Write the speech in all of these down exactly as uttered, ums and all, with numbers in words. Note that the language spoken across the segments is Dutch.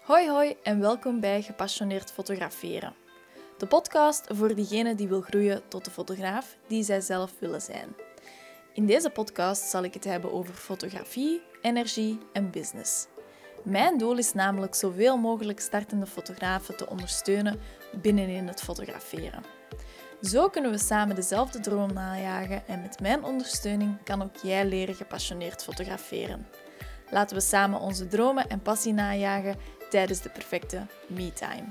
Hoi hoi en welkom bij Gepassioneerd Fotograferen. De podcast voor diegene die wil groeien tot de fotograaf die zij zelf willen zijn. In deze podcast zal ik het hebben over fotografie, energie en business. Mijn doel is namelijk zoveel mogelijk startende fotografen te ondersteunen binnenin het fotograferen. Zo kunnen we samen dezelfde droom najagen en met mijn ondersteuning kan ook jij leren gepassioneerd fotograferen. Laten we samen onze dromen en passie najagen tijdens de perfecte me-time.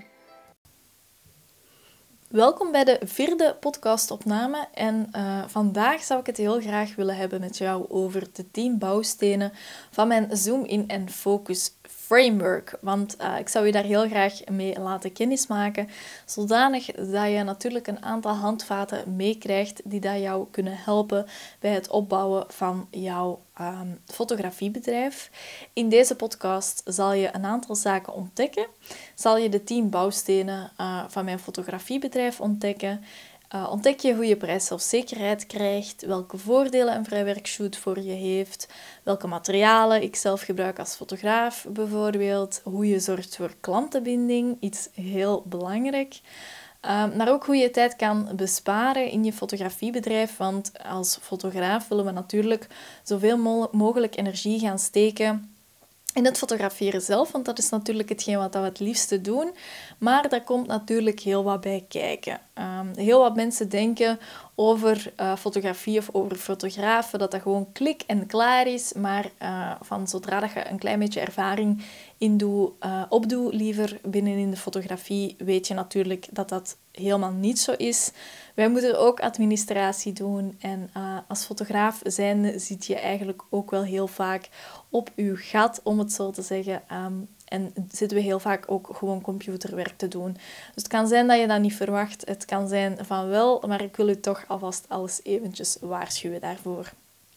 Welkom bij de vierde podcastopname en uh, vandaag zou ik het heel graag willen hebben met jou over de tien bouwstenen van mijn Zoom In en Focus Framework. Want uh, ik zou je daar heel graag mee laten kennismaken, zodanig dat je natuurlijk een aantal handvaten meekrijgt die dat jou kunnen helpen bij het opbouwen van jouw um, fotografiebedrijf. In deze podcast zal je een aantal zaken ontdekken. Zal je de tien bouwstenen uh, van mijn fotografiebedrijf ontdekken. Uh, ontdek je hoe je prijszelfzekerheid krijgt, welke voordelen een vrijwerkshoot voor je heeft, welke materialen ik zelf gebruik als fotograaf bijvoorbeeld, hoe je zorgt voor klantenbinding, iets heel belangrijk. Uh, maar ook hoe je tijd kan besparen in je fotografiebedrijf, want als fotograaf willen we natuurlijk zoveel mo- mogelijk energie gaan steken in het fotograferen zelf, want dat is natuurlijk hetgeen wat we het liefste doen. Maar daar komt natuurlijk heel wat bij kijken. Um, heel wat mensen denken over uh, fotografie of over fotografen, dat dat gewoon klik en klaar is. Maar uh, van zodra dat je een klein beetje ervaring in doe, uh, opdoe, liever binnenin de fotografie, weet je natuurlijk dat dat helemaal niet zo is. Wij moeten ook administratie doen en uh, als fotograaf zijnde zit je eigenlijk ook wel heel vaak op uw gat, om het zo te zeggen. Um, en zitten we heel vaak ook gewoon computerwerk te doen. Dus het kan zijn dat je dat niet verwacht. Het kan zijn van wel, maar ik wil u toch alvast alles eventjes waarschuwen daarvoor.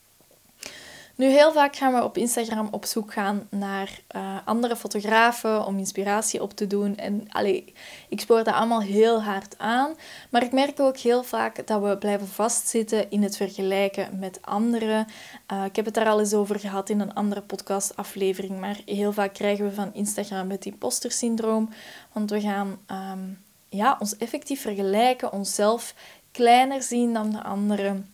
Nu, heel vaak gaan we op Instagram op zoek gaan naar uh, andere fotografen om inspiratie op te doen. En allee, ik spoor dat allemaal heel hard aan. Maar ik merk ook heel vaak dat we blijven vastzitten in het vergelijken met anderen. Uh, ik heb het daar al eens over gehad in een andere podcastaflevering. Maar heel vaak krijgen we van Instagram het impostersyndroom. Want we gaan um, ja, ons effectief vergelijken, onszelf kleiner zien dan de anderen.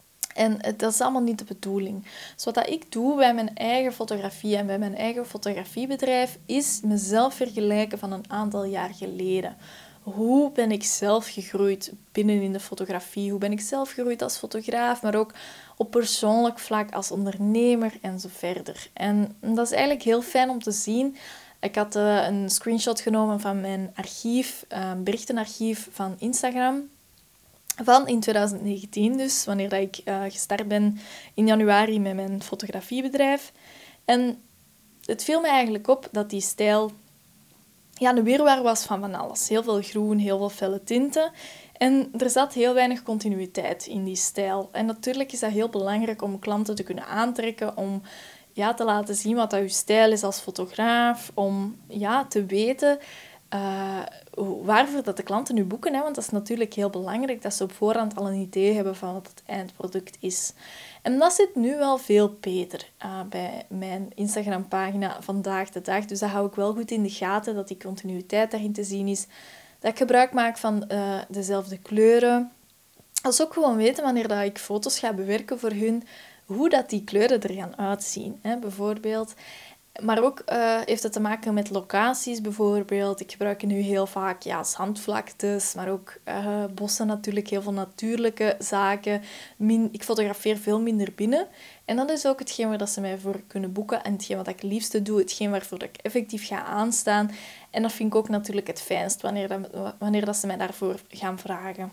En dat is allemaal niet de bedoeling. Dus wat dat ik doe bij mijn eigen fotografie en bij mijn eigen fotografiebedrijf, is mezelf vergelijken van een aantal jaar geleden. Hoe ben ik zelf gegroeid binnenin de fotografie? Hoe ben ik zelf gegroeid als fotograaf, maar ook op persoonlijk vlak als ondernemer en zo verder. En dat is eigenlijk heel fijn om te zien. Ik had uh, een screenshot genomen van mijn archief, uh, berichtenarchief van Instagram. Van in twintig negentien dus, wanneer dat ik uh, gestart ben in januari met mijn fotografiebedrijf. En het viel me eigenlijk op dat die stijl ja, een wirwar was van van alles. Heel veel groen, heel veel felle tinten. En er zat heel weinig continuïteit in die stijl. En natuurlijk is dat heel belangrijk om klanten te kunnen aantrekken, om ja, te laten zien wat dat je stijl is als fotograaf, om ja, te weten Uh, waarvoor dat de klanten nu boeken, hè? Want dat is natuurlijk heel belangrijk dat ze op voorhand al een idee hebben van wat het eindproduct is. En dat zit nu wel veel beter uh, bij mijn Instagram-pagina vandaag de dag. Dus dat hou ik wel goed in de gaten, dat die continuïteit daarin te zien is. Dat ik gebruik maak van uh, dezelfde kleuren. Als ook gewoon weten wanneer dat ik foto's ga bewerken voor hun, hoe dat die kleuren er gaan uitzien, hè? Bijvoorbeeld. Maar ook uh, heeft het te maken met locaties bijvoorbeeld. Ik gebruik nu heel vaak ja, zandvlaktes, maar ook uh, bossen natuurlijk, heel veel natuurlijke zaken. Min, ik fotografeer veel minder binnen. En dat is ook hetgeen waar dat ze mij voor kunnen boeken en hetgeen wat ik het liefste doe, hetgeen waarvoor ik effectief ga aanstaan. En dat vind ik ook natuurlijk het fijnst, wanneer, dat, wanneer dat ze mij daarvoor gaan vragen.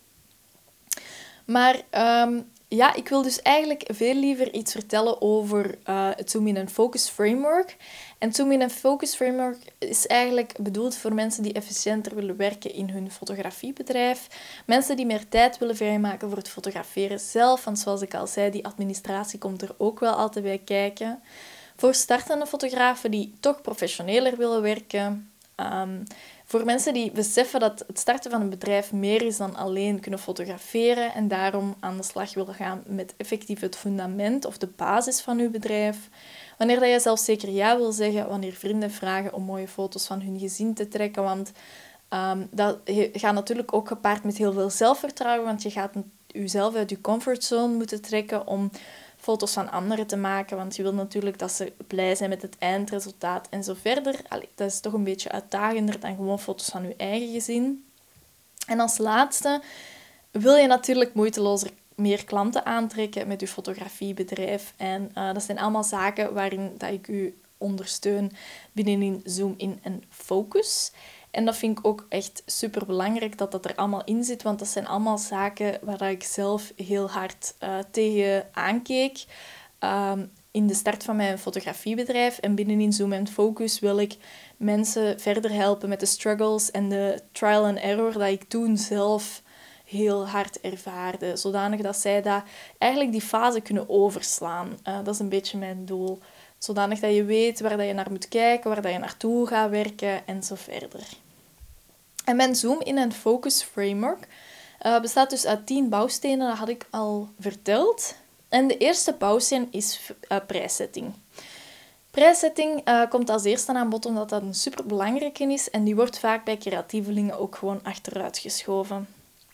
Maar um, ja, ik wil dus eigenlijk veel liever iets vertellen over uh, het Zoom In en Focus Framework. En het Zoom In en Focus Framework is eigenlijk bedoeld voor mensen die efficiënter willen werken in hun fotografiebedrijf. Mensen die meer tijd willen vrijmaken voor het fotograferen zelf. Want zoals ik al zei, die administratie komt er ook wel altijd bij kijken. Voor startende fotografen die toch professioneler willen werken. Um, Voor mensen die beseffen dat het starten van een bedrijf meer is dan alleen kunnen fotograferen en daarom aan de slag willen gaan met effectief het fundament of de basis van uw bedrijf. Wanneer dat je zelfs zeker ja wil zeggen wanneer vrienden vragen om mooie foto's van hun gezin te trekken. Want um, dat gaat natuurlijk ook gepaard met heel veel zelfvertrouwen. Want je gaat jezelf uit je comfortzone moeten trekken om foto's van anderen te maken. Want je wil natuurlijk dat ze blij zijn met het eindresultaat en zo verder. Allee, dat is toch een beetje uitdagender dan gewoon foto's van je eigen gezin. En als laatste wil je natuurlijk moeitelozer meer klanten aantrekken met je fotografiebedrijf. En uh, dat zijn allemaal zaken waarin dat ik u ondersteun binnenin Zoom In en Focus. En dat vind ik ook echt super belangrijk dat dat er allemaal in zit, want dat zijn allemaal zaken waar ik zelf heel hard uh, tegen aankeek. Um, in de start van mijn fotografiebedrijf en binnenin Zoom en Focus wil ik mensen verder helpen met de struggles en de trial and error dat ik toen zelf heel hard ervaarde. Zodanig dat zij dat, eigenlijk die fase kunnen overslaan. Uh, dat is een beetje mijn doel. Zodanig dat je weet waar dat je naar moet kijken, waar dat je naartoe gaat werken en zo verder. En mijn Zoom In en Focus framework uh, bestaat dus uit tien bouwstenen, dat had ik al verteld. En de eerste bouwsteen is uh, prijszetting. Prijszetting uh, komt als eerste aan bod omdat dat een superbelangrijke is en die wordt vaak bij creatievelingen ook gewoon achteruit geschoven.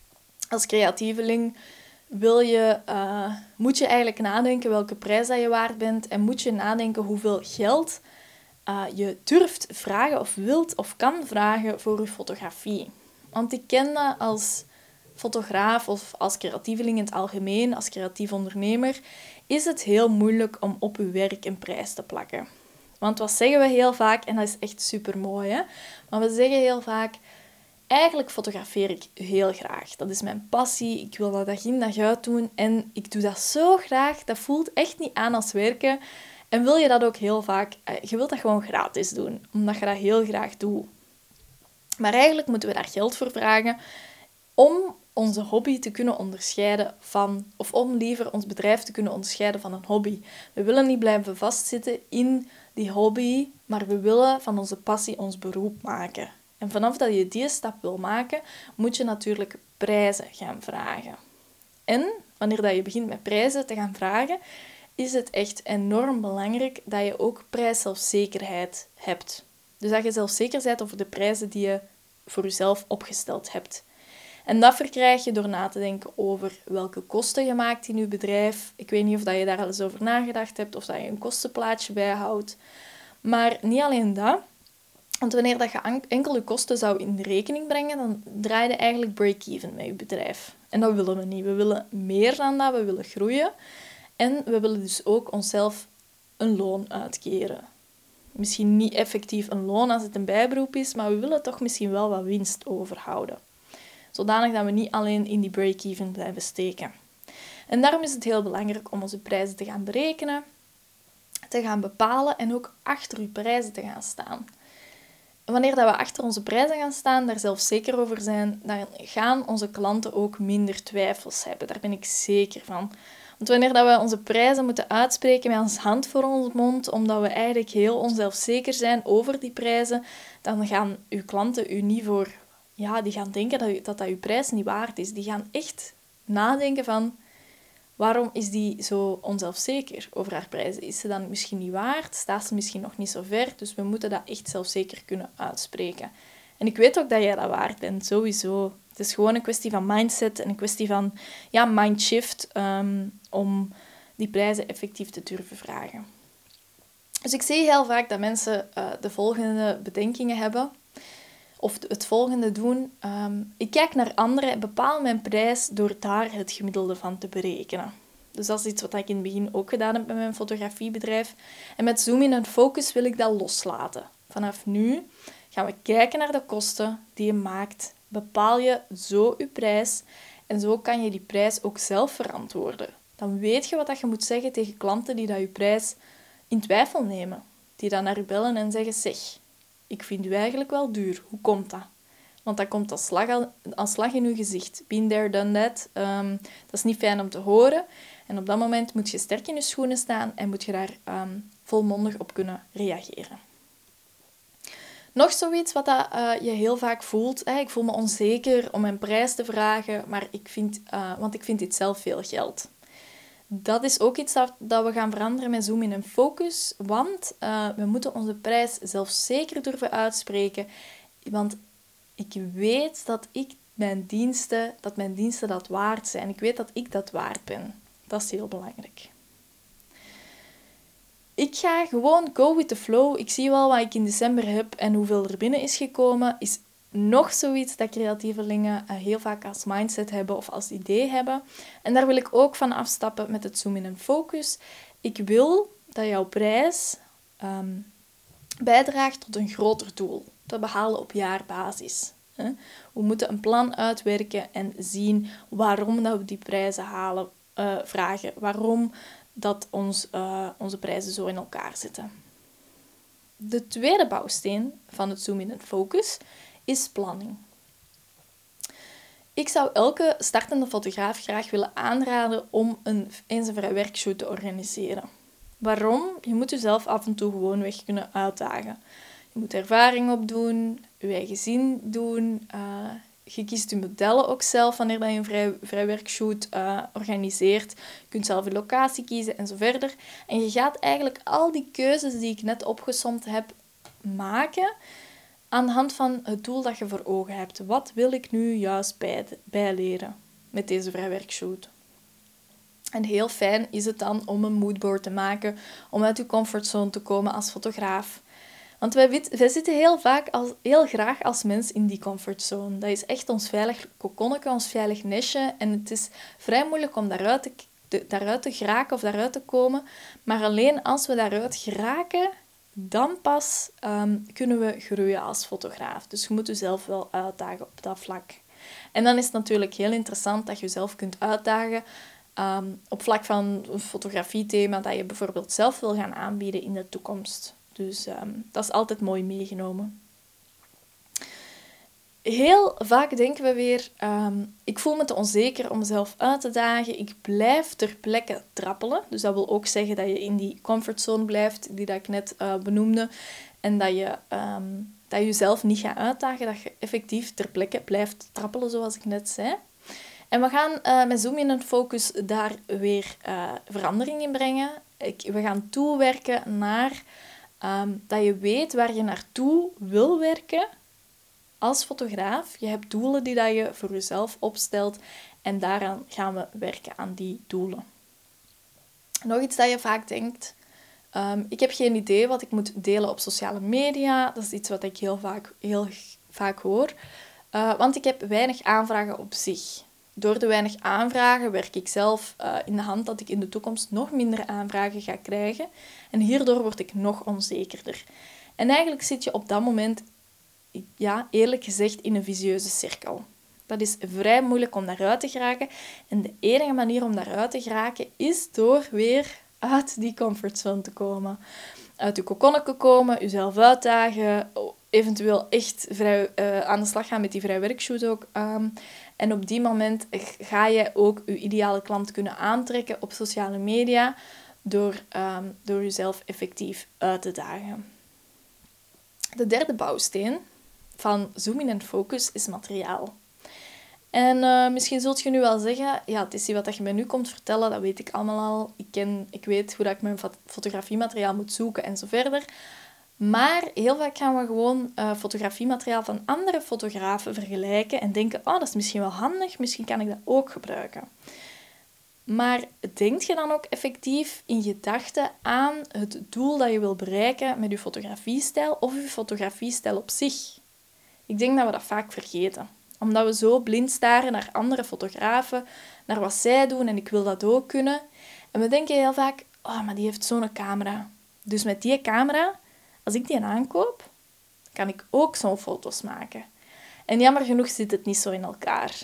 Als creatieveling wil je, uh, moet je eigenlijk nadenken welke prijs dat je waard bent en moet je nadenken hoeveel geld uh, je durft vragen of wilt of kan vragen voor je fotografie. Want ik ken dat als fotograaf of als creatieveling in het algemeen, als creatief ondernemer, is het heel moeilijk om op je werk een prijs te plakken. Want wat zeggen we heel vaak, en dat is echt super mooi, hè? Maar we zeggen heel vaak, eigenlijk fotografeer ik heel graag. Dat is mijn passie, ik wil dat dag in dag uit doen en ik doe dat zo graag, dat voelt echt niet aan als werken. En wil je dat ook heel vaak, je wilt dat gewoon gratis doen, omdat je dat heel graag doet. Maar eigenlijk moeten we daar geld voor vragen om onze hobby te kunnen onderscheiden van, of om liever ons bedrijf te kunnen onderscheiden van een hobby. We willen niet blijven vastzitten in die hobby, maar we willen van onze passie ons beroep maken. En vanaf dat je die stap wil maken, moet je natuurlijk prijzen gaan vragen. En wanneer dat je begint met prijzen te gaan vragen, is het echt enorm belangrijk dat je ook prijszelfzekerheid hebt. Dus dat je zelfzeker bent over de prijzen die je voor jezelf opgesteld hebt. En dat verkrijg je door na te denken over welke kosten je maakt in je bedrijf. Ik weet niet of je daar al eens over nagedacht hebt of dat je een kostenplaatje bijhoudt. Maar niet alleen dat. Want wanneer dat je enkel je kosten zou in rekening brengen, dan draai je eigenlijk break-even met je bedrijf. En dat willen we niet. We willen meer dan dat, we willen groeien. En we willen dus ook onszelf een loon uitkeren. Misschien niet effectief een loon als het een bijberoep is, maar we willen toch misschien wel wat winst overhouden. Zodanig dat we niet alleen in die break-even blijven steken. En daarom is het heel belangrijk om onze prijzen te gaan berekenen, te gaan bepalen en ook achter uw prijzen te gaan staan. Wanneer dat we achter onze prijzen gaan staan, daar zelf zeker over zijn, dan gaan onze klanten ook minder twijfels hebben. Daar ben ik zeker van. Want wanneer dat we onze prijzen moeten uitspreken met ons hand voor onze mond, omdat we eigenlijk heel onzelfzeker zijn over die prijzen, dan gaan uw klanten u niet voor... Ja, die gaan denken dat, u, dat dat uw prijs niet waard is. Die gaan echt nadenken van... Waarom is die zo onzelfzeker over haar prijzen? Is ze dan misschien niet waard? Staat ze misschien nog niet zo ver? Dus we moeten dat echt zelfzeker kunnen uitspreken. En ik weet ook dat jij dat waard bent, sowieso. Het is gewoon een kwestie van mindset en een kwestie van ja, mindshift um, om die prijzen effectief te durven vragen. Dus ik zie heel vaak dat mensen uh, de volgende bedenkingen hebben. Of het volgende doen. Um, ik kijk naar anderen en bepaal mijn prijs door daar het gemiddelde van te berekenen. Dus dat is iets wat ik in het begin ook gedaan heb met mijn fotografiebedrijf. En met Zoom In en Focus wil ik dat loslaten. Vanaf nu gaan we kijken naar de kosten die je maakt. Bepaal je zo je prijs. En zo kan je die prijs ook zelf verantwoorden. Dan weet je wat je moet zeggen tegen klanten die dat je prijs in twijfel nemen. Die dan naar je bellen en zeggen, zeg... Ik vind u eigenlijk wel duur. Hoe komt dat? Want dat komt als slag, als slag in uw gezicht. Been there, done that. Um, dat is niet fijn om te horen. En op dat moment moet je sterk in je schoenen staan en moet je daar um, volmondig op kunnen reageren. Nog zoiets wat dat, uh, je heel vaak voelt. Hè? Ik voel me onzeker om mijn prijs te vragen, maar ik vind, uh, want ik vind dit zelf veel geld. dat is ook iets dat, dat we gaan veranderen met Zoom in en Focus, want uh, we moeten onze prijs zelfzeker durven uitspreken, want ik weet dat ik mijn diensten, dat mijn diensten dat waard zijn. Ik weet dat ik dat waard ben. Dat is heel belangrijk. Ik ga gewoon go with the flow. Ik zie wel wat ik in december heb en hoeveel er binnen is gekomen. Is nog zoiets dat creatievelingen heel vaak als mindset hebben of als idee hebben. En daar wil ik ook van afstappen met het Zoom in en Focus. Ik wil dat jouw prijs um, bijdraagt tot een groter doel te behalen op jaarbasis. We moeten een plan uitwerken en zien waarom dat we die prijzen halen, uh, vragen. Waarom dat ons, uh, onze prijzen zo in elkaar zitten. De tweede bouwsteen van het Zoom in en Focus is planning. Ik zou elke startende fotograaf graag willen aanraden om een eens een vrij werkshoot te organiseren. Waarom? Je moet jezelf af en toe gewoonweg kunnen uitdagen. Je moet ervaring opdoen, je eigen zin doen. Uh, je kiest je modellen ook zelf wanneer je een vrij, vrij werkshoot uh, organiseert. Je kunt zelf je locatie kiezen en zo verder. En je gaat eigenlijk al die keuzes die ik net opgesomd heb maken aan de hand van het doel dat je voor ogen hebt. Wat wil ik nu juist bij, bijleren met deze vrij werkshoot? En heel fijn is het dan om een moodboard te maken, om uit je comfortzone te komen als fotograaf. Want wij, wij zitten heel vaak, als, heel graag als mens in die comfortzone. Dat is echt ons veilig kokonnetje, ons veilig nestje. En het is vrij moeilijk om daaruit te, de, daaruit te geraken of daaruit te komen. Maar alleen als we daaruit geraken, dan pas um, kunnen we groeien als fotograaf. Dus je moet jezelf wel uitdagen op dat vlak. En dan is het natuurlijk heel interessant dat je jezelf kunt uitdagen um, op vlak van een fotografiethema dat je bijvoorbeeld zelf wil gaan aanbieden in de toekomst. Dus um, dat is altijd mooi meegenomen. Heel vaak denken we weer, um, ik voel me te onzeker om mezelf uit te dagen. Ik blijf ter plekke trappelen. Dus dat wil ook zeggen dat je in die comfortzone blijft, die dat ik net uh, benoemde. En dat je, um, dat je jezelf niet gaat uitdagen, dat je effectief ter plekke blijft trappelen, zoals ik net zei. En we gaan uh, met Zoom in en Focus daar weer uh, verandering in brengen. Ik, we gaan toewerken naar um, dat je weet waar je naartoe wil werken als fotograaf. Je hebt doelen die dat je voor jezelf opstelt en daaraan gaan we werken, aan die doelen. Nog iets dat je vaak denkt. Um, ik heb geen idee wat ik moet delen op sociale media. Dat is iets wat ik heel vaak, heel vaak hoor. Uh, want ik heb weinig aanvragen op zich. Door de weinig aanvragen werk ik zelf uh, in de hand dat ik in de toekomst nog minder aanvragen ga krijgen. En hierdoor word ik nog onzekerder. En eigenlijk zit je op dat moment, ja, eerlijk gezegd, in een vicieuze cirkel. Dat is vrij moeilijk om daaruit te geraken. En de enige manier om daaruit te geraken is door weer uit die comfortzone te komen. Uit je kokonnetje komen, jezelf uitdagen, eventueel echt vrij, uh, aan de slag gaan met die vrij werkshoot ook. Um, en op die moment ga je ook je ideale klant kunnen aantrekken op sociale media door, um, door jezelf effectief uit te dagen. De derde bouwsteen van Zoom in en Focus is materiaal. En uh, misschien zult je nu wel zeggen, ja, het is wat je mij nu komt vertellen, dat weet ik allemaal al. Ik, ken, ik weet hoe dat ik mijn fotografiemateriaal moet zoeken en zo verder. Maar heel vaak gaan we gewoon uh, fotografiemateriaal van andere fotografen vergelijken en denken, oh, dat is misschien wel handig, misschien kan ik dat ook gebruiken. Maar denk je dan ook effectief in gedachten aan het doel dat je wil bereiken met je fotografiestijl of je fotografiestijl op zich? Ik denk dat we dat vaak vergeten. Omdat we zo blind staren naar andere fotografen, naar wat zij doen en ik wil dat ook kunnen. En we denken heel vaak, oh, maar die heeft zo'n camera. Dus met die camera, als ik die aankoop, kan ik ook zo'n foto's maken. En jammer genoeg zit het niet zo in elkaar.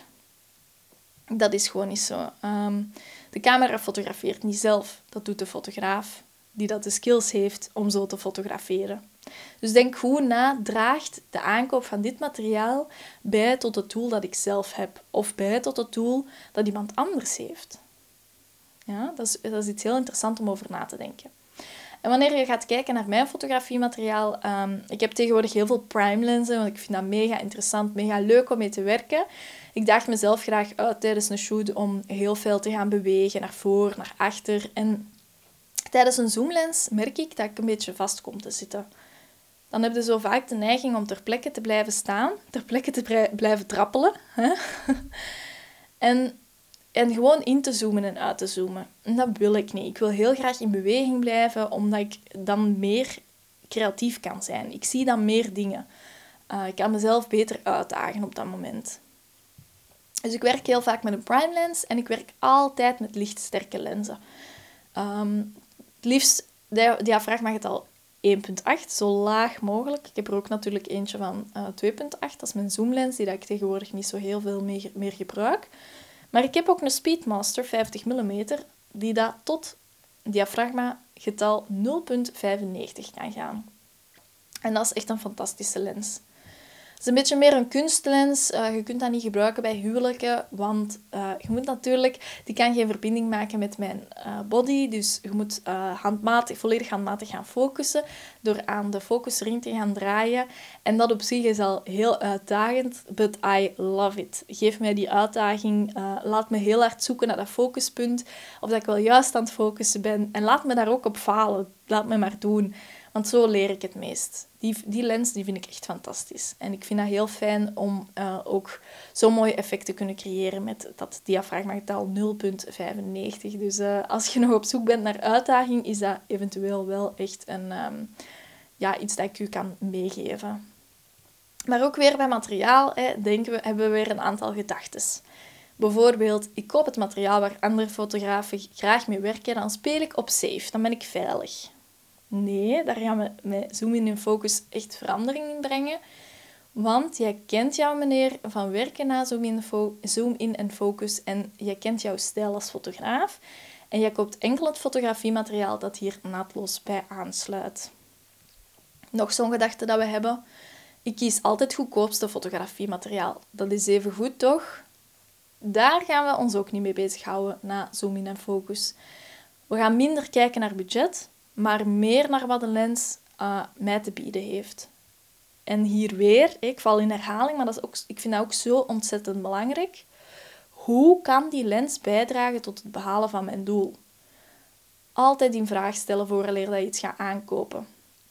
Dat is gewoon niet zo. Um, de camera fotografeert niet zelf. Dat doet de fotograaf, die dat de skills heeft om zo te fotograferen. Dus denk goed na, draagt de aankoop van dit materiaal bij tot het doel dat ik zelf heb? Of bij tot het doel dat iemand anders heeft? Ja, dat is, dat is iets heel interessants om over na te denken. En wanneer je gaat kijken naar mijn fotografiemateriaal, um, ik heb tegenwoordig heel veel prime lenzen, want ik vind dat mega interessant, mega leuk om mee te werken. Ik daag mezelf graag uit tijdens een shoot om heel veel te gaan bewegen, naar voor, naar achter. En tijdens een zoomlens merk ik dat ik een beetje vast kom te zitten. Dan heb je zo vaak de neiging om ter plekke te blijven staan, ter plekke te bre- blijven trappelen. Hè? en, en gewoon in te zoomen en uit te zoomen. En dat wil ik niet. Ik wil heel graag in beweging blijven, omdat ik dan meer creatief kan zijn. Ik zie dan meer dingen. Uh, ik kan mezelf beter uitdagen op dat moment. Dus ik werk heel vaak met een prime lens en ik werk altijd met lichtsterke lenzen. Um, het liefst, diafragmagetal één komma acht, zo laag mogelijk. Ik heb er ook natuurlijk eentje van uh, twee komma acht, dat is mijn zoomlens, die dat ik tegenwoordig niet zo heel veel meer, meer gebruik. Maar ik heb ook een Speedmaster vijftig millimeter, die dat tot diafragmagetal nul komma vijfennegentig kan gaan. En dat is echt een fantastische lens. Het is een beetje meer een kunstlens. Uh, je kunt dat niet gebruiken bij huwelijken, want uh, je moet natuurlijk... Die kan geen verbinding maken met mijn uh, body, dus je moet uh, handmatig, volledig handmatig gaan focussen door aan de focusring te gaan draaien. En dat op zich is al heel uitdagend, but I love it. Geef mij die uitdaging. Uh, laat me heel hard zoeken naar dat focuspunt, of dat ik wel juist aan het focussen ben. En laat me daar ook op falen. Laat me maar doen. Want zo leer ik het meest. Die, die lens die vind ik echt fantastisch. En ik vind dat heel fijn om uh, ook zo'n mooi effect te kunnen creëren met dat diafragmagetal nul komma vijfennegentig. Dus uh, als je nog op zoek bent naar uitdaging, is dat eventueel wel echt een, um, ja, iets dat ik u kan meegeven. Maar ook weer bij materiaal hè, denken we, hebben we weer een aantal gedachten. Bijvoorbeeld, ik koop het materiaal waar andere fotografen graag mee werken, dan speel ik op safe, dan ben ik veilig. Nee, daar gaan we met Zoom in en Focus echt verandering in brengen. Want jij kent jouw manier van werken na Zoom in, fo- Zoom in en Focus en jij kent jouw stijl als fotograaf. En jij koopt enkel het fotografiemateriaal dat hier naadloos bij aansluit. Nog zo'n gedachte dat we hebben. Ik kies altijd het goedkoopste fotografiemateriaal. Dat is even goed, toch? Daar gaan we ons ook niet mee bezighouden na Zoom in en Focus. We gaan minder kijken naar budget, maar meer naar wat de lens uh, mij te bieden heeft. En hier weer, ik val in herhaling, maar dat is ook, ik vind dat ook zo ontzettend belangrijk. Hoe kan die lens bijdragen tot het behalen van mijn doel? Altijd in vraag stellen vooraleer dat je iets gaat aankopen.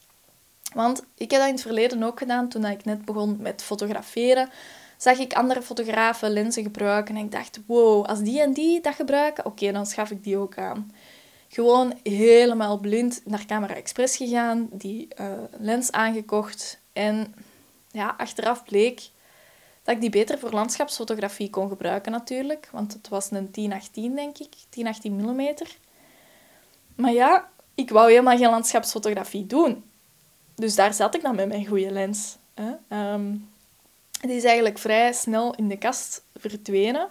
Want ik heb dat in het verleden ook gedaan, toen ik net begon met fotograferen. Zag ik andere fotografen lenzen gebruiken en ik dacht, wow, als die en die dat gebruiken, oké, okay, dan schaf ik die ook aan. Gewoon helemaal blind naar Camera Express gegaan, die uh, lens aangekocht. En ja, achteraf bleek dat ik die beter voor landschapsfotografie kon gebruiken natuurlijk. Want het was een tien achttien, denk ik. tien achttien millimeter. Maar ja, ik wou helemaal geen landschapsfotografie doen. Dus daar zat ik dan met mijn goede lens. Hè. Um, die is eigenlijk vrij snel in de kast verdwenen.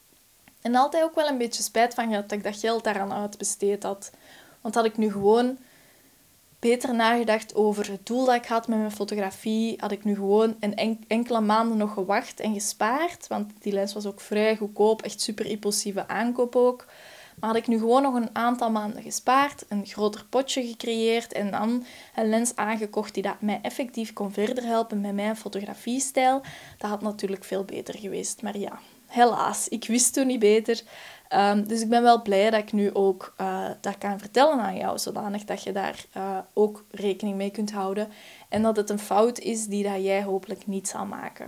En altijd ook wel een beetje spijt van gehad dat ik dat geld daaraan uitbesteed had. Want had ik nu gewoon beter nagedacht over het doel dat ik had met mijn fotografie, had ik nu gewoon een enkele maanden nog gewacht en gespaard. Want die lens was ook vrij goedkoop, echt super impulsieve aankoop ook. Maar had ik nu gewoon nog een aantal maanden gespaard, een groter potje gecreëerd en dan een lens aangekocht die dat mij effectief kon verder helpen met mijn fotografiestijl, dat had natuurlijk veel beter geweest. Maar ja, helaas, ik wist toen niet beter. Um, dus ik ben wel blij dat ik nu ook uh, dat kan vertellen aan jou, zodanig dat je daar uh, ook rekening mee kunt houden. En dat het een fout is die dat jij hopelijk niet zal maken.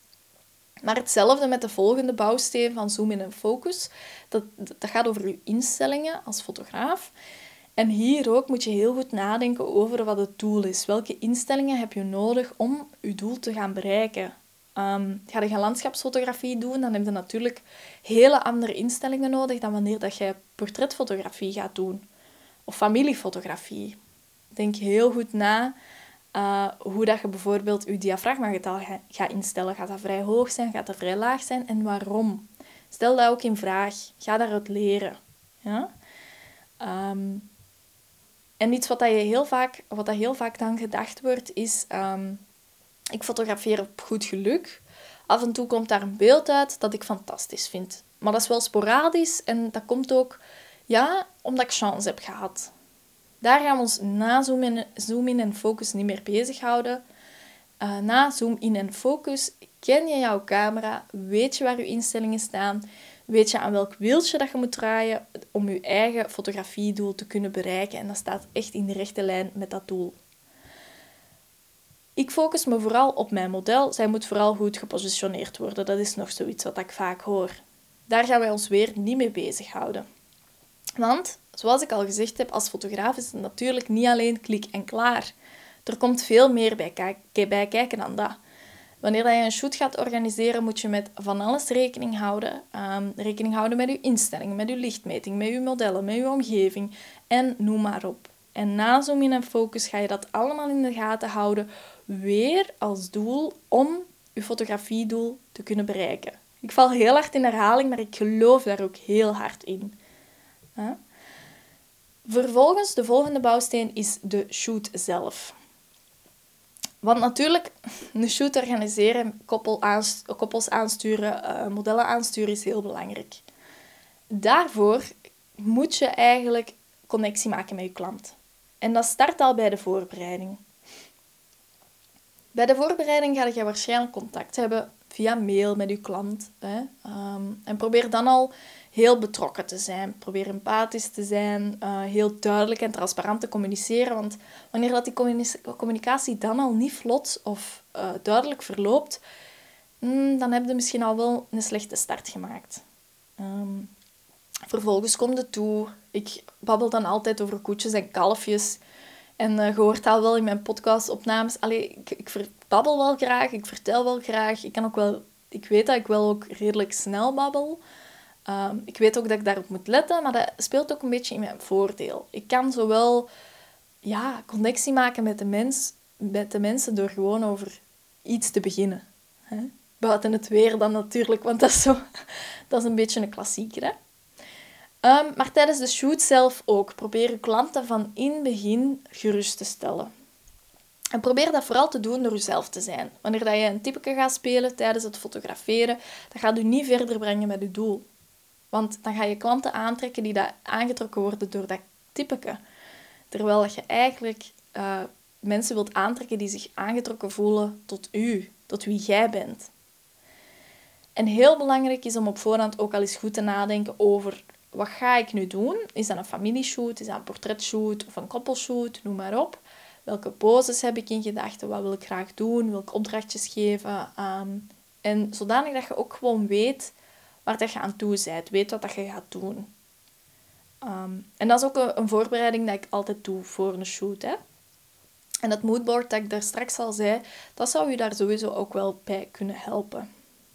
Maar hetzelfde met de volgende bouwsteen van Zoom in en Focus. Dat, dat gaat over je instellingen als fotograaf. En hier ook moet je heel goed nadenken over wat het doel is. Welke instellingen heb je nodig om je doel te gaan bereiken? Um, ga je landschapsfotografie doen, dan heb je natuurlijk hele andere instellingen nodig dan wanneer dat je portretfotografie gaat doen. Of familiefotografie. Denk heel goed na uh, hoe dat je bijvoorbeeld je diafragmagetal ga, gaat instellen. Gaat dat vrij hoog zijn? Gaat dat vrij laag zijn? En waarom? Stel dat ook in vraag. Ga daaruit leren. Ja? Um, en iets wat, dat je heel vaak, wat dat heel vaak dan gedacht wordt, is... Um, ik fotografeer op goed geluk. Af en toe komt daar een beeld uit dat ik fantastisch vind. Maar dat is wel sporadisch en dat komt ook ja, omdat ik chance heb gehad. Daar gaan we ons na zoom in, zoom in en focus niet meer bezighouden. Uh, na zoom in en focus ken je jouw camera, weet je waar je instellingen staan, weet je aan welk wieltje dat je moet draaien om je eigen fotografiedoel te kunnen bereiken. En dat staat echt in de rechte lijn met dat doel. Ik focus me vooral op mijn model. Zij moet vooral goed gepositioneerd worden. Dat is nog zoiets wat ik vaak hoor. Daar gaan wij ons weer niet mee bezighouden. Want, zoals ik al gezegd heb, als fotograaf is het natuurlijk niet alleen klik en klaar. Er komt veel meer bij, kijk- bij kijken dan dat. Wanneer je een shoot gaat organiseren, moet je met van alles rekening houden. Um, rekening houden met je instellingen, met je lichtmeting, met je modellen, met je omgeving en noem maar op. En na zoom in en focus ga je dat allemaal in de gaten houden, weer als doel om je fotografiedoel te kunnen bereiken. Ik val heel hard in herhaling, maar ik geloof daar ook heel hard in. Huh? Vervolgens, de volgende bouwsteen is de shoot zelf. Want natuurlijk, een shoot organiseren, koppel aanst- koppels aansturen, uh, modellen aansturen is heel belangrijk. Daarvoor moet je eigenlijk connectie maken met je klant. En dat start al bij de voorbereiding. Bij de voorbereiding ga je waarschijnlijk contact hebben via mail met je klant. Hè? Um, en probeer dan al heel betrokken te zijn. Probeer empathisch te zijn, uh, heel duidelijk en transparant te communiceren. Want wanneer dat die communicatie dan al niet vlot of uh, duidelijk verloopt, mm, dan heb je misschien al wel een slechte start gemaakt. Um, vervolgens komt het toe. Ik babbel dan altijd over koetjes en kalfjes. En uh, je hoort al wel in mijn podcastopnames. Allee, ik, ik babbel wel graag, ik vertel wel graag. Ik, kan ook wel, ik weet dat ik wel ook redelijk snel babbel. Um, ik weet ook dat ik daarop moet letten, maar dat speelt ook een beetje in mijn voordeel. Ik kan zowel ja, connectie maken met de, mens, met de mensen door gewoon over iets te beginnen. Hè? Buiten het weer dan natuurlijk, want dat is, zo, dat is een beetje een klassieker. Hè? Um, maar tijdens de shoot zelf ook. Probeer je klanten van in het begin gerust te stellen. En probeer dat vooral te doen door jezelf te zijn. Wanneer dat je een typeke gaat spelen tijdens het fotograferen, dat gaat je niet verder brengen met je doel. Want dan ga je klanten aantrekken die dat aangetrokken worden door dat typeke. Terwijl je eigenlijk uh, mensen wilt aantrekken die zich aangetrokken voelen tot u, tot wie jij bent. En heel belangrijk is om op voorhand ook al eens goed te nadenken over wat ga ik nu doen? Is dat een familieshoot? Is dat een portretshoot of een koppelshoot? Noem maar op. Welke poses heb ik in gedachten? Wat wil ik graag doen? Welke opdrachtjes geven? Um, en zodanig dat je ook gewoon weet waar dat je aan toe bent. Weet wat dat je gaat doen. Um, en dat is ook een, een voorbereiding dat ik altijd doe voor een shoot. Hè? En dat moodboard dat ik daar straks al zei, dat zou je daar sowieso ook wel bij kunnen helpen.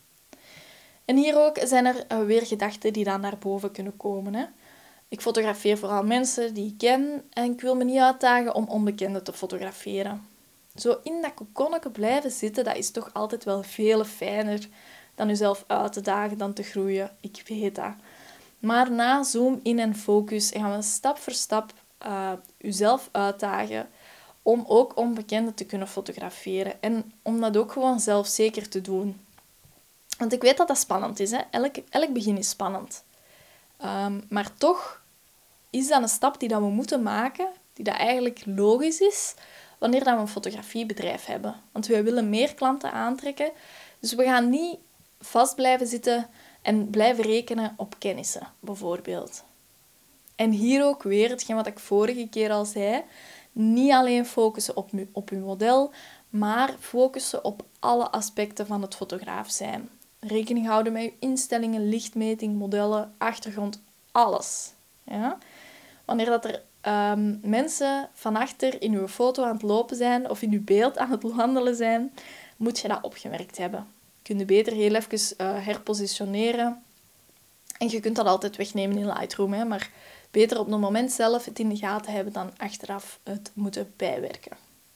En hier ook zijn er uh, weer gedachten die dan naar boven kunnen komen. Hè? Ik fotografeer vooral mensen die ik ken en ik wil me niet uitdagen om onbekenden te fotograferen. Zo in dat kokonnetje blijven zitten, dat is toch altijd wel veel fijner dan jezelf uit te dagen, dan te groeien. Ik weet dat. Maar na zoom in en focus gaan we stap voor stap uh, jezelf uitdagen om ook onbekenden te kunnen fotograferen. En om dat ook gewoon zelfzeker te doen. Want ik weet dat dat spannend is. Hè? Elk, elk begin is spannend. Um, maar toch is dat een stap die dat we moeten maken, die dat eigenlijk logisch is, wanneer dat we een fotografiebedrijf hebben. Want wij willen meer klanten aantrekken. Dus we gaan niet vast blijven zitten en blijven rekenen op kennissen, bijvoorbeeld. En hier ook weer, hetgeen wat ik vorige keer al zei, niet alleen focussen op, op uw model, maar focussen op alle aspecten van het fotograaf zijn. Rekening houden met je instellingen, lichtmeting, modellen, achtergrond, alles. Ja? Wanneer dat er um, mensen van achter in uw foto aan het lopen zijn of in uw beeld aan het wandelen zijn, moet je dat opgemerkt hebben. Je kunt beter heel even uh, herpositioneren. En je kunt dat altijd wegnemen in Lightroom, hè? Maar beter op het moment zelf het in de gaten hebben dan achteraf het moeten bijwerken.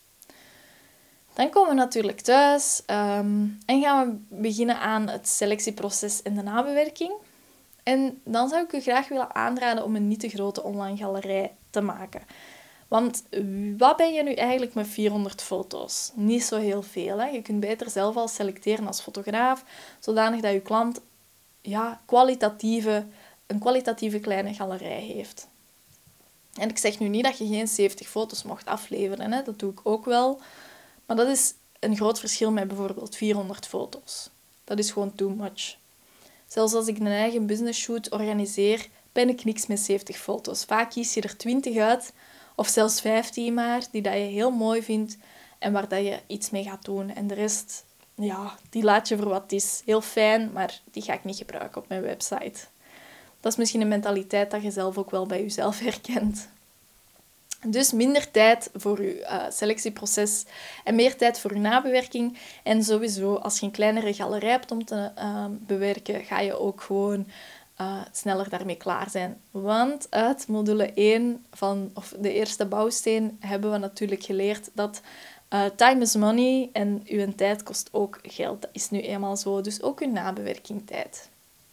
Dan komen we natuurlijk thuis um, en gaan we beginnen aan het selectieproces en de nabewerking. En dan zou ik u graag willen aanraden om een niet te grote online galerij te maken. Want wat ben je nu eigenlijk met vierhonderd foto's? Niet zo heel veel. Hè? Je kunt beter zelf al selecteren als fotograaf, zodanig dat je klant ja, kwalitatieve, een kwalitatieve kleine galerij heeft. En ik zeg nu niet dat je geen zeventig foto's mocht afleveren, hè? Dat doe ik ook wel. Maar dat is een groot verschil met bijvoorbeeld vierhonderd foto's. Dat is gewoon too much. Zelfs als ik een eigen business shoot organiseer, ben ik niks met zeventig foto's. Vaak kies je er twintig uit, of zelfs vijftien maar, die dat je heel mooi vindt en waar dat je iets mee gaat doen. En de rest, ja, die laat je voor wat het is. Heel fijn, maar die ga ik niet gebruiken op mijn website. Dat is misschien een mentaliteit dat je zelf ook wel bij jezelf herkent. Dus minder tijd voor je uh, selectieproces en meer tijd voor je nabewerking. En sowieso, als je een kleinere galerij hebt om te uh, bewerken, ga je ook gewoon uh, sneller daarmee klaar zijn. Want uit module één van of de eerste bouwsteen hebben we natuurlijk geleerd dat uh, time is money en uw tijd kost ook geld. Dat is nu eenmaal zo. Dus ook uw nabewerking tijd.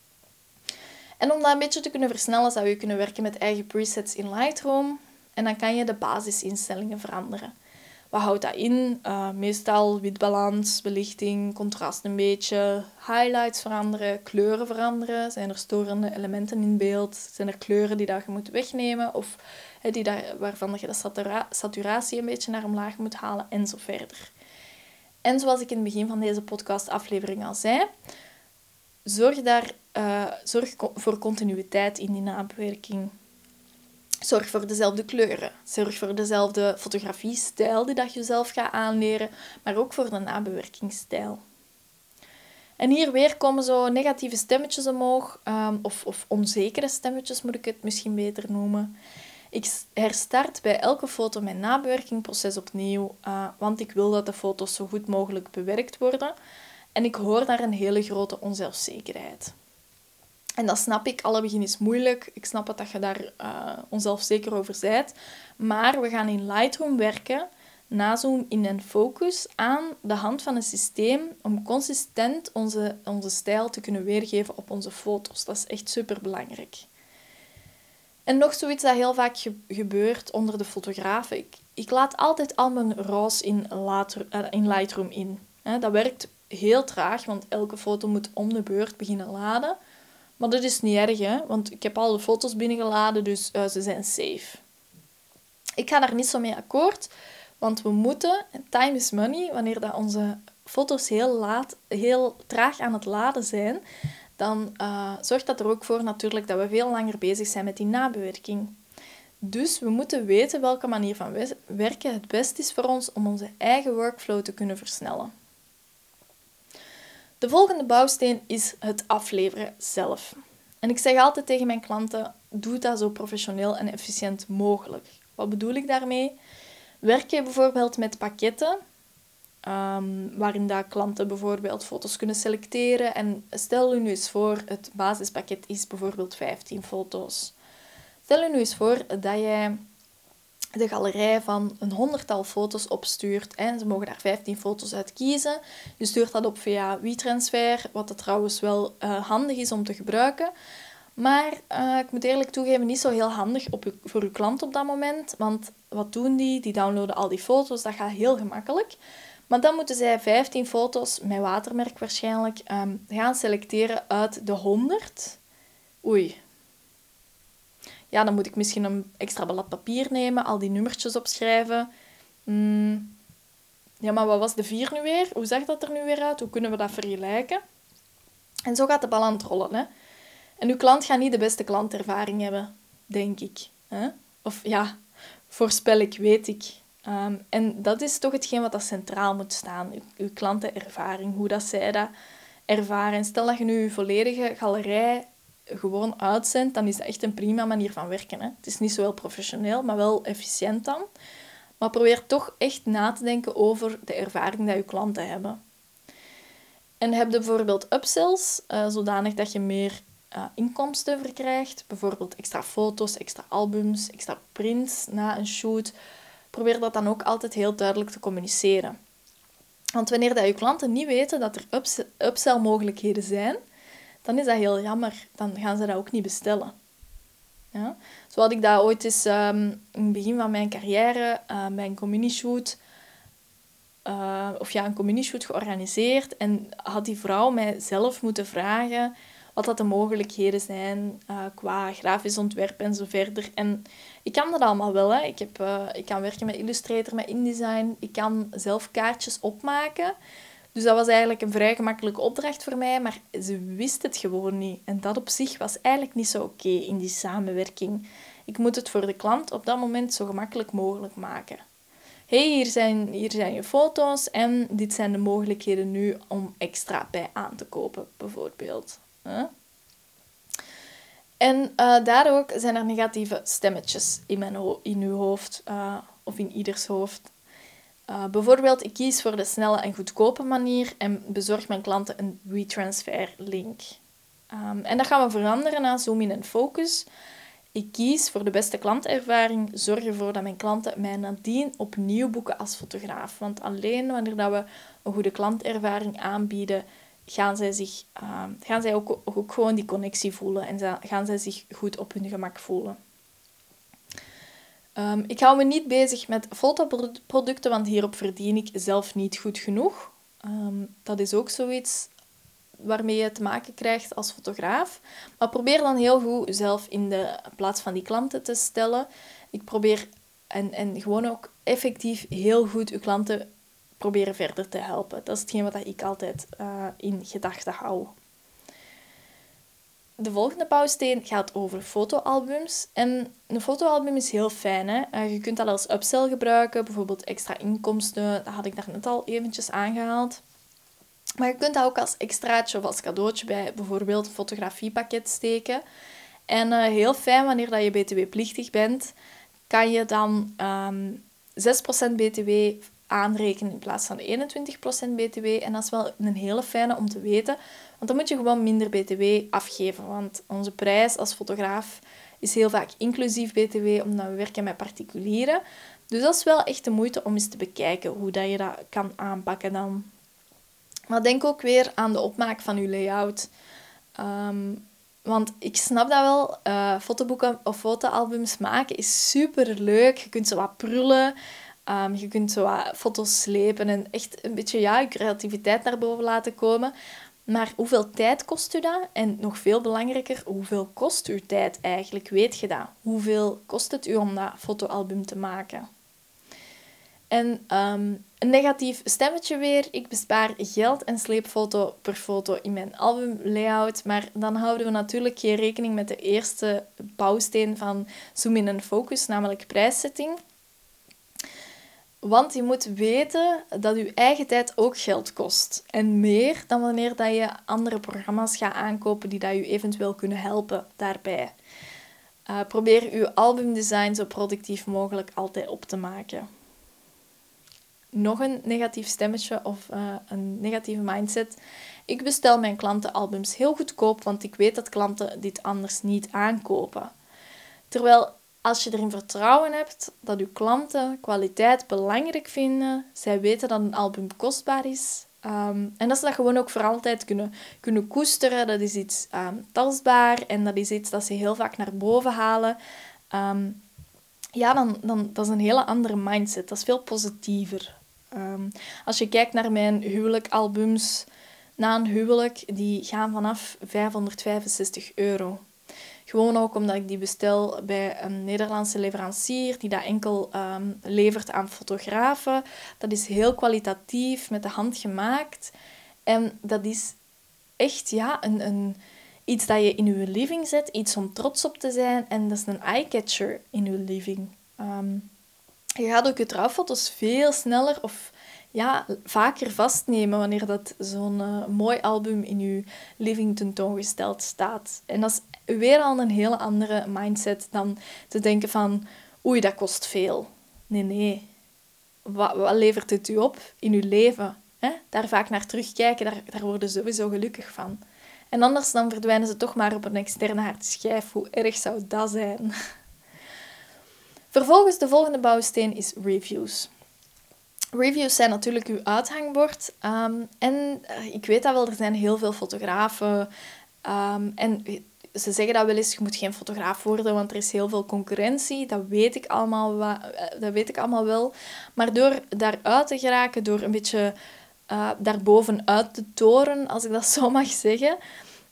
En om dat een beetje te kunnen versnellen, zou je kunnen werken met eigen presets in Lightroom. En dan kan je de basisinstellingen veranderen. Wat houdt dat in? Uh, meestal witbalans, belichting, contrast een beetje, highlights veranderen, kleuren veranderen. Zijn er storende elementen in beeld? Zijn er kleuren die dat je moet wegnemen? Of he, die dat, waarvan je de satura- saturatie een beetje naar omlaag moet halen en zo verder. En zoals ik in het begin van deze podcastaflevering al zei, zorg, daar, uh, zorg voor continuïteit in die nabewerking. Zorg voor dezelfde kleuren. Zorg voor dezelfde fotografiestijl die dat je zelf gaat aanleren, maar ook voor de nabewerkingsstijl. En hier weer komen zo negatieve stemmetjes omhoog, um, of, of onzekere stemmetjes moet ik het misschien beter noemen. Ik herstart bij elke foto mijn nabewerkingproces opnieuw, uh, want ik wil dat de foto's zo goed mogelijk bewerkt worden. En ik hoor daar een hele grote onzelfzekerheid. En dat snap ik, alle begin is moeilijk. Ik snap het dat je daar uh, onzelfzeker over bent. Maar we gaan in Lightroom werken, nazoom in en focus, aan de hand van een systeem om consistent onze, onze stijl te kunnen weergeven op onze foto's. Dat is echt superbelangrijk. En nog zoiets dat heel vaak ge- gebeurt onder de fotografen. Ik, ik laat altijd al mijn raws in, later, uh, in Lightroom in. He, dat werkt heel traag, want elke foto moet om de beurt beginnen laden. Maar dat is niet erg, hè? Want ik heb al de foto's binnengeladen, dus uh, ze zijn safe. Ik ga daar niet zo mee akkoord, want we moeten, time is money, wanneer dat onze foto's heel, laat, heel traag aan het laden zijn, dan uh, zorgt dat er ook voor natuurlijk dat we veel langer bezig zijn met die nabewerking. Dus we moeten weten welke manier van werken het best is voor ons om onze eigen workflow te kunnen versnellen. De volgende bouwsteen is het afleveren zelf. En ik zeg altijd tegen mijn klanten, doe dat zo professioneel en efficiënt mogelijk. Wat bedoel ik daarmee? Werk je bijvoorbeeld met pakketten, um, waarin dat klanten bijvoorbeeld foto's kunnen selecteren. En stel je nu eens voor, het basispakket is bijvoorbeeld vijftien foto's. Stel je nu eens voor dat jij de galerij van een honderdtal foto's opstuurt. En ze mogen daar vijftien foto's uit kiezen. Je stuurt dat op via WeTransfer, wat dat trouwens wel uh, handig is om te gebruiken. Maar uh, ik moet eerlijk toegeven, niet zo heel handig op u, voor uw klant op dat moment. Want wat doen die? Die downloaden al die foto's, dat gaat heel gemakkelijk. Maar dan moeten zij vijftien foto's, met watermerk waarschijnlijk, um, gaan selecteren uit de honderd. Oei. Ja, dan moet ik misschien een extra blad papier nemen, al die nummertjes opschrijven. Mm. Ja, maar wat was de vier nu weer? Hoe zag dat er nu weer uit? Hoe kunnen we dat vergelijken? En zo gaat de bal aan het rollen, hè. En uw klant gaat niet de beste klantervaring hebben, denk ik. Hè? Of ja, voorspel ik, weet ik. Um, en dat is toch hetgeen wat dat centraal moet staan. Uw, uw klantenervaring, hoe dat zij dat ervaren. En stel dat je nu je volledige galerij gewoon uitzendt, dan is dat echt een prima manier van werken. Hè? Het is niet zo heel professioneel, maar wel efficiënt dan. Maar probeer toch echt na te denken over de ervaring die je klanten hebben. En heb je bijvoorbeeld upsells, uh, zodanig dat je meer uh, inkomsten verkrijgt. Bijvoorbeeld extra foto's, extra albums, extra prints na een shoot. Probeer dat dan ook altijd heel duidelijk te communiceren. Want wanneer dat je klanten niet weten dat er ups- upsell mogelijkheden zijn, dan is dat heel jammer. Dan gaan ze dat ook niet bestellen. Ja? Zo had ik dat ooit eens um, in het begin van mijn carrière uh, bij een community-shoot, uh, of ja, een community-shoot georganiseerd. En had die vrouw mij zelf moeten vragen wat dat de mogelijkheden zijn uh, qua grafisch ontwerp en zo verder. En ik kan dat allemaal wel. Hè. Ik, heb, uh, ik kan werken met Illustrator, met InDesign. Ik kan zelf kaartjes opmaken. Dus dat was eigenlijk een vrij gemakkelijke opdracht voor mij, maar ze wist het gewoon niet. En dat op zich was eigenlijk niet zo oké in die samenwerking. Ik moet het voor de klant op dat moment zo gemakkelijk mogelijk maken. Hey, hier zijn, hier zijn je foto's en dit zijn de mogelijkheden nu om extra bij aan te kopen, bijvoorbeeld. Huh? En uh, daar ook zijn er negatieve stemmetjes in, mijn ho- in uw hoofd, uh, of in ieders hoofd. Uh, bijvoorbeeld, ik kies voor de snelle en goedkope manier en bezorg mijn klanten een WeTransfer link. Um, en dat gaan we veranderen na Zoom in en Focus. Ik kies voor de beste klantervaring, zorg ervoor dat mijn klanten mij nadien opnieuw boeken als fotograaf. Want alleen wanneer dat we een goede klantervaring aanbieden, gaan zij, zich, uh, gaan zij ook, ook gewoon die connectie voelen en gaan zij zich goed op hun gemak voelen. Um, ik hou me niet bezig met fotoproducten, want hierop verdien ik zelf niet goed genoeg. Um, dat is ook zoiets waarmee je te maken krijgt als fotograaf. Maar probeer dan heel goed zelf in de plaats van die klanten te stellen. Ik probeer en, en gewoon ook effectief heel goed uw klanten proberen verder te helpen. Dat is hetgeen wat ik altijd uh, in gedachten hou. De volgende bouwsteen gaat over fotoalbums. En een fotoalbum is heel fijn. Hè? Uh, je kunt dat als upsell gebruiken, bijvoorbeeld extra inkomsten. Dat had ik daar net al eventjes aangehaald. Maar je kunt dat ook als extraatje of als cadeautje bij bijvoorbeeld een fotografiepakket steken. En uh, heel fijn, wanneer dat je B T W-plichtig bent, kan je dan um, zes procent B T W aanrekenen in plaats van eenentwintig procent B T W. En dat is wel een hele fijne om te weten, want dan moet je gewoon minder B T W afgeven. Want onze prijs als fotograaf is heel vaak inclusief B T W, omdat we werken met particulieren. Dus dat is wel echt de moeite om eens te bekijken hoe dat je dat kan aanpakken dan. Maar denk ook weer aan de opmaak van je layout. Um, want ik snap dat wel, uh, fotoboeken of fotoalbums maken is super leuk. Je kunt zo wat prullen, um, je kunt zo wat foto's slepen en echt een beetje ja, je creativiteit naar boven laten komen. Maar hoeveel tijd kost u dat? En nog veel belangrijker, hoeveel kost uw tijd eigenlijk? Weet je dat? Hoeveel kost het u om dat fotoalbum te maken? En um, een negatief stemmetje weer. Ik bespaar geld en sleep foto per foto in mijn albumlayout. Maar dan houden we natuurlijk geen rekening met de eerste bouwsteen van Zoom in en Focus, namelijk prijszetting. Want je moet weten dat je eigen tijd ook geld kost. En meer dan wanneer dat je andere programma's gaat aankopen die dat je eventueel kunnen helpen daarbij. Uh, probeer je albumdesign zo productief mogelijk altijd op te maken. Nog een negatief stemmetje of uh, een negatieve mindset. Ik bestel mijn klantenalbums heel goedkoop, want ik weet dat klanten dit anders niet aankopen. Terwijl als je erin vertrouwen hebt dat je klanten kwaliteit belangrijk vinden, zij weten dat een album kostbaar is. Um, en dat ze dat gewoon ook voor altijd kunnen, kunnen koesteren. Dat is iets um, tastbaar en dat is iets dat ze heel vaak naar boven halen. Um, ja, dan, dan dat is een hele andere mindset. Dat is veel positiever. Um, als je kijkt naar mijn huwelijkalbums na een huwelijk, die gaan vanaf vijfhonderdvijfenzestig euro. Gewoon ook omdat ik die bestel bij een Nederlandse leverancier die dat enkel um, levert aan fotografen. Dat is heel kwalitatief, met de hand gemaakt. En dat is echt ja, een, een, iets dat je in je living zet, iets om trots op te zijn. En dat is een eye-catcher in je living. Um, je gaat ook je trouwfoto's veel sneller of ja, vaker vastnemen wanneer dat zo'n uh, mooi album in je living tentoongesteld staat. En dat is weer al een hele andere mindset dan te denken van oei, dat kost veel. Nee, nee. Wat, wat levert het u op in uw leven? Hè? Daar vaak naar terugkijken, daar, daar worden ze sowieso gelukkig van. En anders dan verdwijnen ze toch maar op een externe harde schijf. Hoe erg zou dat zijn? Vervolgens, de volgende bouwsteen is reviews. Reviews zijn natuurlijk uw uithangbord. Um, en uh, ik weet dat wel, er zijn heel veel fotografen. Um, en ze zeggen dat wel eens, je moet geen fotograaf worden, want er is heel veel concurrentie. Dat weet ik allemaal, wa- dat weet ik allemaal wel. Maar door daaruit te geraken, door een beetje uh, daarbovenuit te toren, als ik dat zo mag zeggen,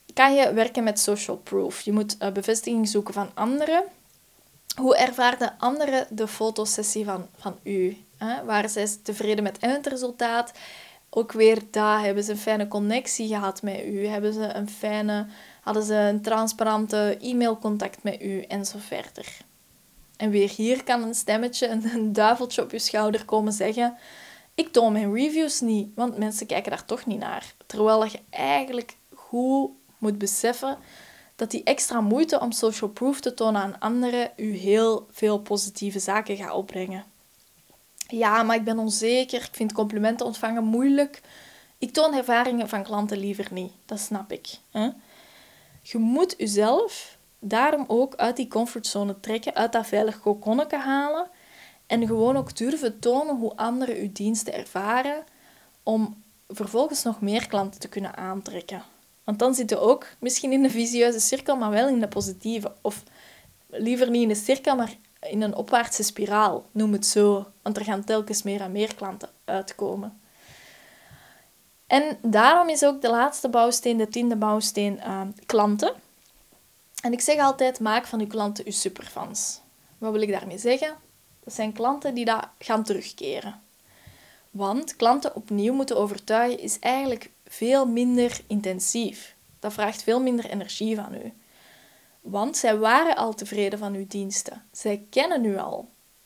kan je werken met social proof. Je moet uh, bevestiging zoeken van anderen. Hoe ervaarden anderen de fotosessie van, van u? Hè? Waren zij tevreden met het resultaat? Ook weer daar hebben ze een fijne connectie gehad met u. Hebben ze een fijne, hadden ze een transparante e-mailcontact met u en zo verder. En weer hier kan een stemmetje, een, een duiveltje op je schouder komen zeggen: ik toon mijn reviews niet, want mensen kijken daar toch niet naar. Terwijl je eigenlijk goed moet beseffen dat die extra moeite om social proof te tonen aan anderen u heel veel positieve zaken gaat opbrengen. Ja, maar ik ben onzeker, ik vind complimenten ontvangen moeilijk. Ik toon ervaringen van klanten liever niet, dat snap ik. Hè? Je moet jezelf daarom ook uit die comfortzone trekken, uit dat veilig kokonnetje halen en gewoon ook durven tonen hoe anderen uw diensten ervaren om vervolgens nog meer klanten te kunnen aantrekken. Want dan zit je ook misschien in een visieuze cirkel, maar wel in de positieve. Of liever niet in een cirkel, maar in een opwaartse spiraal, noem het zo. Want er gaan telkens meer en meer klanten uitkomen. En daarom is ook de laatste bouwsteen, de tiende bouwsteen, uh, klanten. En ik zeg altijd, maak van uw klanten uw superfans. Wat wil ik daarmee zeggen? Dat zijn klanten die dat gaan terugkeren. Want klanten opnieuw moeten overtuigen is eigenlijk veel minder intensief. Dat vraagt veel minder energie van u. Want zij waren al tevreden van uw diensten. Zij kennen u al.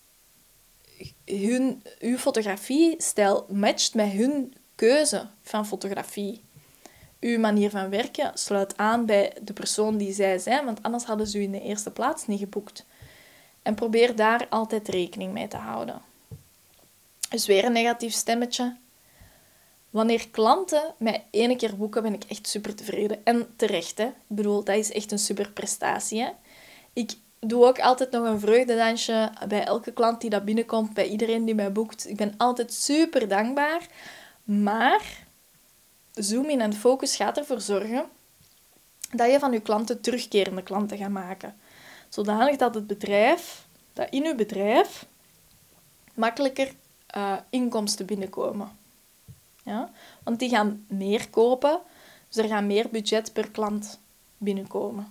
Hun, uw fotografiestijl matcht met hun keuze van fotografie. Uw manier van werken sluit aan bij de persoon die zij zijn, want anders hadden ze u in de eerste plaats niet geboekt. En probeer daar altijd rekening mee te houden. Dus weer een negatief stemmetje. Wanneer klanten mij ene keer boeken, ben ik echt super tevreden. En terecht, hè. Ik bedoel, dat is echt een super prestatie, hè. Ik doe ook altijd nog een vreugdedansje bij elke klant die dat binnenkomt, bij iedereen die mij boekt. Ik ben altijd super dankbaar. Maar Zoom in en focus gaat ervoor zorgen dat je van je klanten terugkerende klanten gaat maken. Zodanig dat het bedrijf, dat in uw bedrijf, makkelijker uh, inkomsten binnenkomen. Ja? Want die gaan meer kopen, dus er gaat meer budget per klant binnenkomen.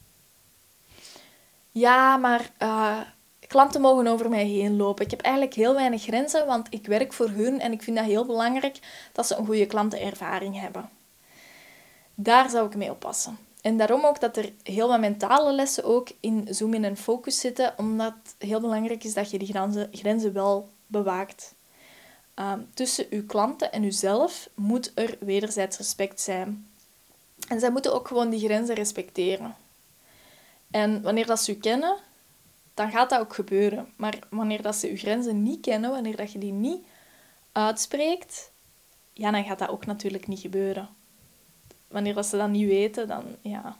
Ja, maar uh, klanten mogen over mij heen lopen. Ik heb eigenlijk heel weinig grenzen, want ik werk voor hun en ik vind dat heel belangrijk dat ze een goede klantenervaring hebben. Daar zou ik mee oppassen. En daarom ook dat er heel wat mentale lessen ook in Zoom in en focus zitten, omdat het heel belangrijk is dat je die grenzen, grenzen wel bewaakt. Uh, tussen uw klanten en uzelf moet er wederzijds respect zijn. En zij moeten ook gewoon die grenzen respecteren. En wanneer dat ze u kennen, dan gaat dat ook gebeuren. Maar wanneer dat ze uw grenzen niet kennen, wanneer dat je die niet uitspreekt, ja, dan gaat dat ook natuurlijk niet gebeuren. Wanneer dat ze dat niet weten, dan ja.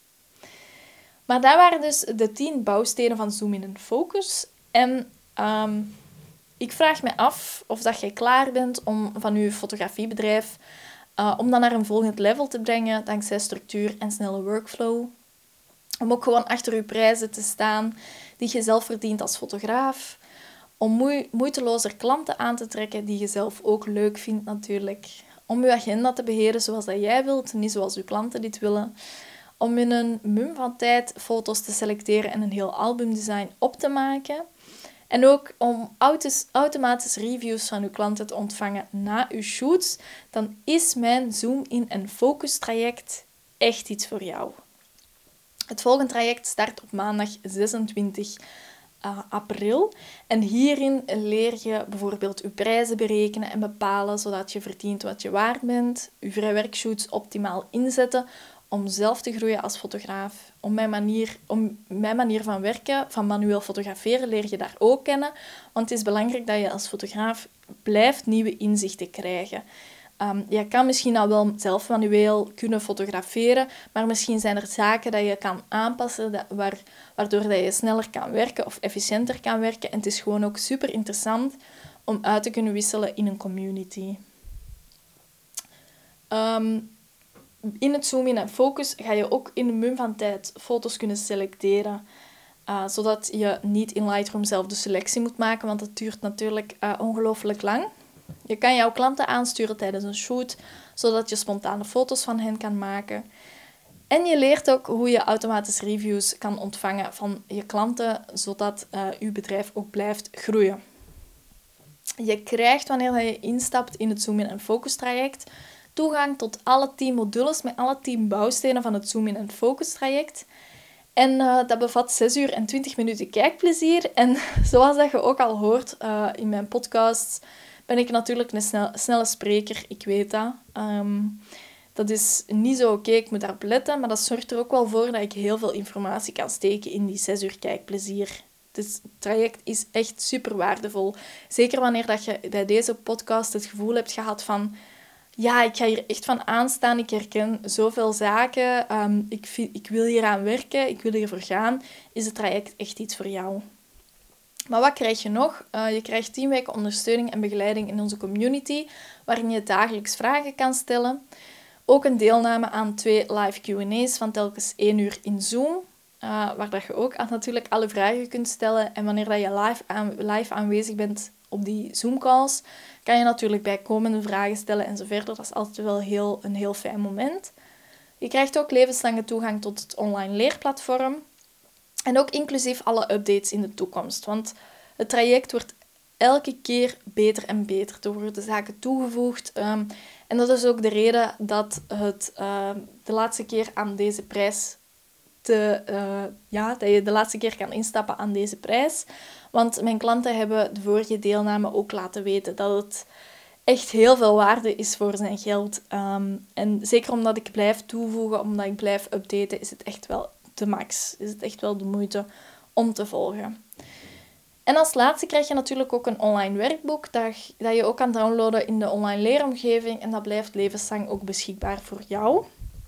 Maar dat waren dus de tien bouwstenen van Zoom in en focus. En um, ik vraag me af of dat jij klaar bent om van je fotografiebedrijf uh, om dat naar een volgend level te brengen, dankzij structuur en snelle workflow. Om ook gewoon achter je prijzen te staan die je zelf verdient als fotograaf. Om moe- moeitelozer klanten aan te trekken die je zelf ook leuk vindt natuurlijk. Om je agenda te beheren zoals dat jij wilt, niet zoals je klanten dit willen. Om in een mum van tijd foto's te selecteren en een heel albumdesign op te maken. En ook om autos, automatisch reviews van uw klanten te ontvangen na uw shoots. Dan is mijn Zoom in en focus traject echt iets voor jou. Het volgende traject start op maandag zesentwintig april. En hierin leer je bijvoorbeeld je prijzen berekenen en bepalen, zodat je verdient wat je waard bent. Je vrijwerkshoots optimaal inzetten om zelf te groeien als fotograaf. Om mijn manier, om mijn manier van werken, van manueel fotograferen, leer je daar ook kennen. Want het is belangrijk dat je als fotograaf blijft nieuwe inzichten krijgen. Um, je kan misschien al wel zelf manueel kunnen fotograferen, maar misschien zijn er zaken dat je kan aanpassen, dat, waar, waardoor dat je sneller kan werken of efficiënter kan werken. En het is gewoon ook super interessant om uit te kunnen wisselen in een community. Um, in het Zoom in en focus ga je ook in een mum van tijd foto's kunnen selecteren, uh, zodat je niet in Lightroom zelf de selectie moet maken, want dat duurt natuurlijk uh, ongelooflijk lang. Je kan jouw klanten aansturen tijdens een shoot, zodat je spontane foto's van hen kan maken. En je leert ook hoe je automatisch reviews kan ontvangen van je klanten, zodat uh, je bedrijf ook blijft groeien. Je krijgt, wanneer je instapt in het Zoom In en Focus traject, toegang tot alle tien modules met alle tien bouwstenen van het Zoom In en Focus traject. En uh, dat bevat zes uur en twintig minuten kijkplezier. En zoals dat je ook al hoort uh, in mijn podcasts, ben ik natuurlijk een snel, snelle spreker. Ik weet dat. Um, dat is niet zo oké, okay, ik moet daarop letten. Maar dat zorgt er ook wel voor dat ik heel veel informatie kan steken in die zes uur kijkplezier. Dus het traject is echt super waardevol. Zeker wanneer dat je bij deze podcast het gevoel hebt gehad van... Ja, ik ga hier echt van aanstaan. Ik herken zoveel zaken. Um, ik, ik wil hier aan werken. Ik wil hiervoor gaan. Is het traject echt iets voor jou? Maar wat krijg je nog? Uh, je krijgt tien weken ondersteuning en begeleiding in onze community, waarin je dagelijks vragen kan stellen. Ook een deelname aan twee live Q en A's van telkens één uur in Zoom. Uh, waar dat je ook aan, natuurlijk alle vragen kunt stellen. En wanneer dat je live, aan, live aanwezig bent op die Zoom-calls, kan je natuurlijk bijkomende vragen stellen en zo verder. Dat is altijd wel heel, een heel fijn moment. Je krijgt ook levenslange toegang tot het online leerplatform. En ook inclusief alle updates in de toekomst. Want het traject wordt elke keer beter en beter. Er worden zaken toegevoegd. Um, en dat is ook de reden dat het uh, de laatste keer aan deze prijs... Te, uh, ja, dat je de laatste keer kan instappen aan deze prijs. Want mijn klanten hebben de vorige deelname ook laten weten dat het echt heel veel waarde is voor zijn geld. Um, en zeker omdat ik blijf toevoegen, omdat ik blijf updaten, is het echt wel de max. Is het echt wel de moeite om te volgen. En als laatste krijg je natuurlijk ook een online werkboek dat, dat je ook kan downloaden in de online leeromgeving. En dat blijft levenslang ook beschikbaar voor jou.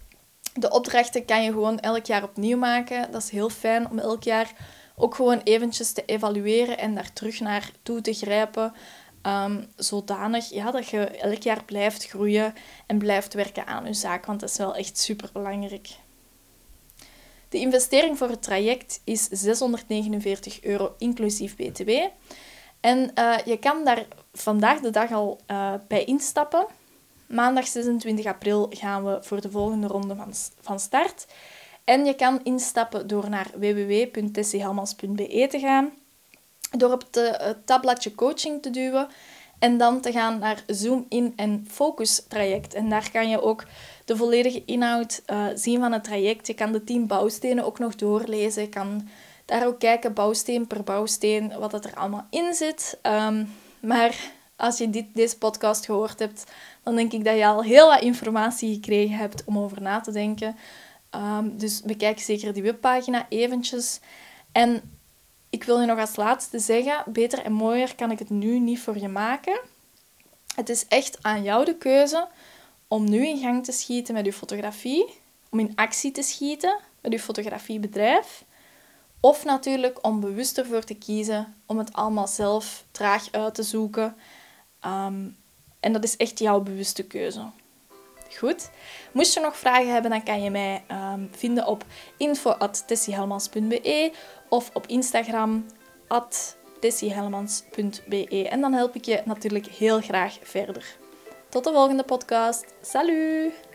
De opdrachten kan je gewoon elk jaar opnieuw maken. Dat is heel fijn om elk jaar ook gewoon eventjes te evalueren en daar terug naar toe te grijpen. Um, zodanig ja, dat je elk jaar blijft groeien en blijft werken aan je zaak. Want dat is wel echt super belangrijk. De investering voor het traject is zeshonderdnegenenveertig euro inclusief B T W. En uh, je kan daar vandaag de dag al uh, bij instappen. Maandag zesentwintig april gaan we voor de volgende ronde van, van start. En je kan instappen door naar w w w punt tessie helmans punt b e te gaan. Door op de, het tabbladje coaching te duwen. En dan te gaan naar Zoom In en Focus traject. En daar kan je ook de volledige inhoud uh, zien van het traject. Je kan de tien bouwstenen ook nog doorlezen. Je kan daar ook kijken, bouwsteen per bouwsteen, wat er allemaal in zit. Um, maar als je dit, deze podcast gehoord hebt, dan denk ik dat je al heel wat informatie gekregen hebt om over na te denken. Um, dus bekijk zeker die webpagina eventjes. En ik wil je nog als laatste zeggen, beter en mooier kan ik het nu niet voor je maken. Het is echt aan jou de keuze om nu in gang te schieten met je fotografie, om in actie te schieten met je fotografiebedrijf, of natuurlijk om bewust ervoor te kiezen om het allemaal zelf traag uit te zoeken. Um, en dat is echt jouw bewuste keuze. Goed. Moest je nog vragen hebben, dan kan je mij um, vinden op info at tessie helmans punt b e of op Instagram at tessie helmans punt b e. En dan help ik je natuurlijk heel graag verder. Tot de volgende podcast. Salut!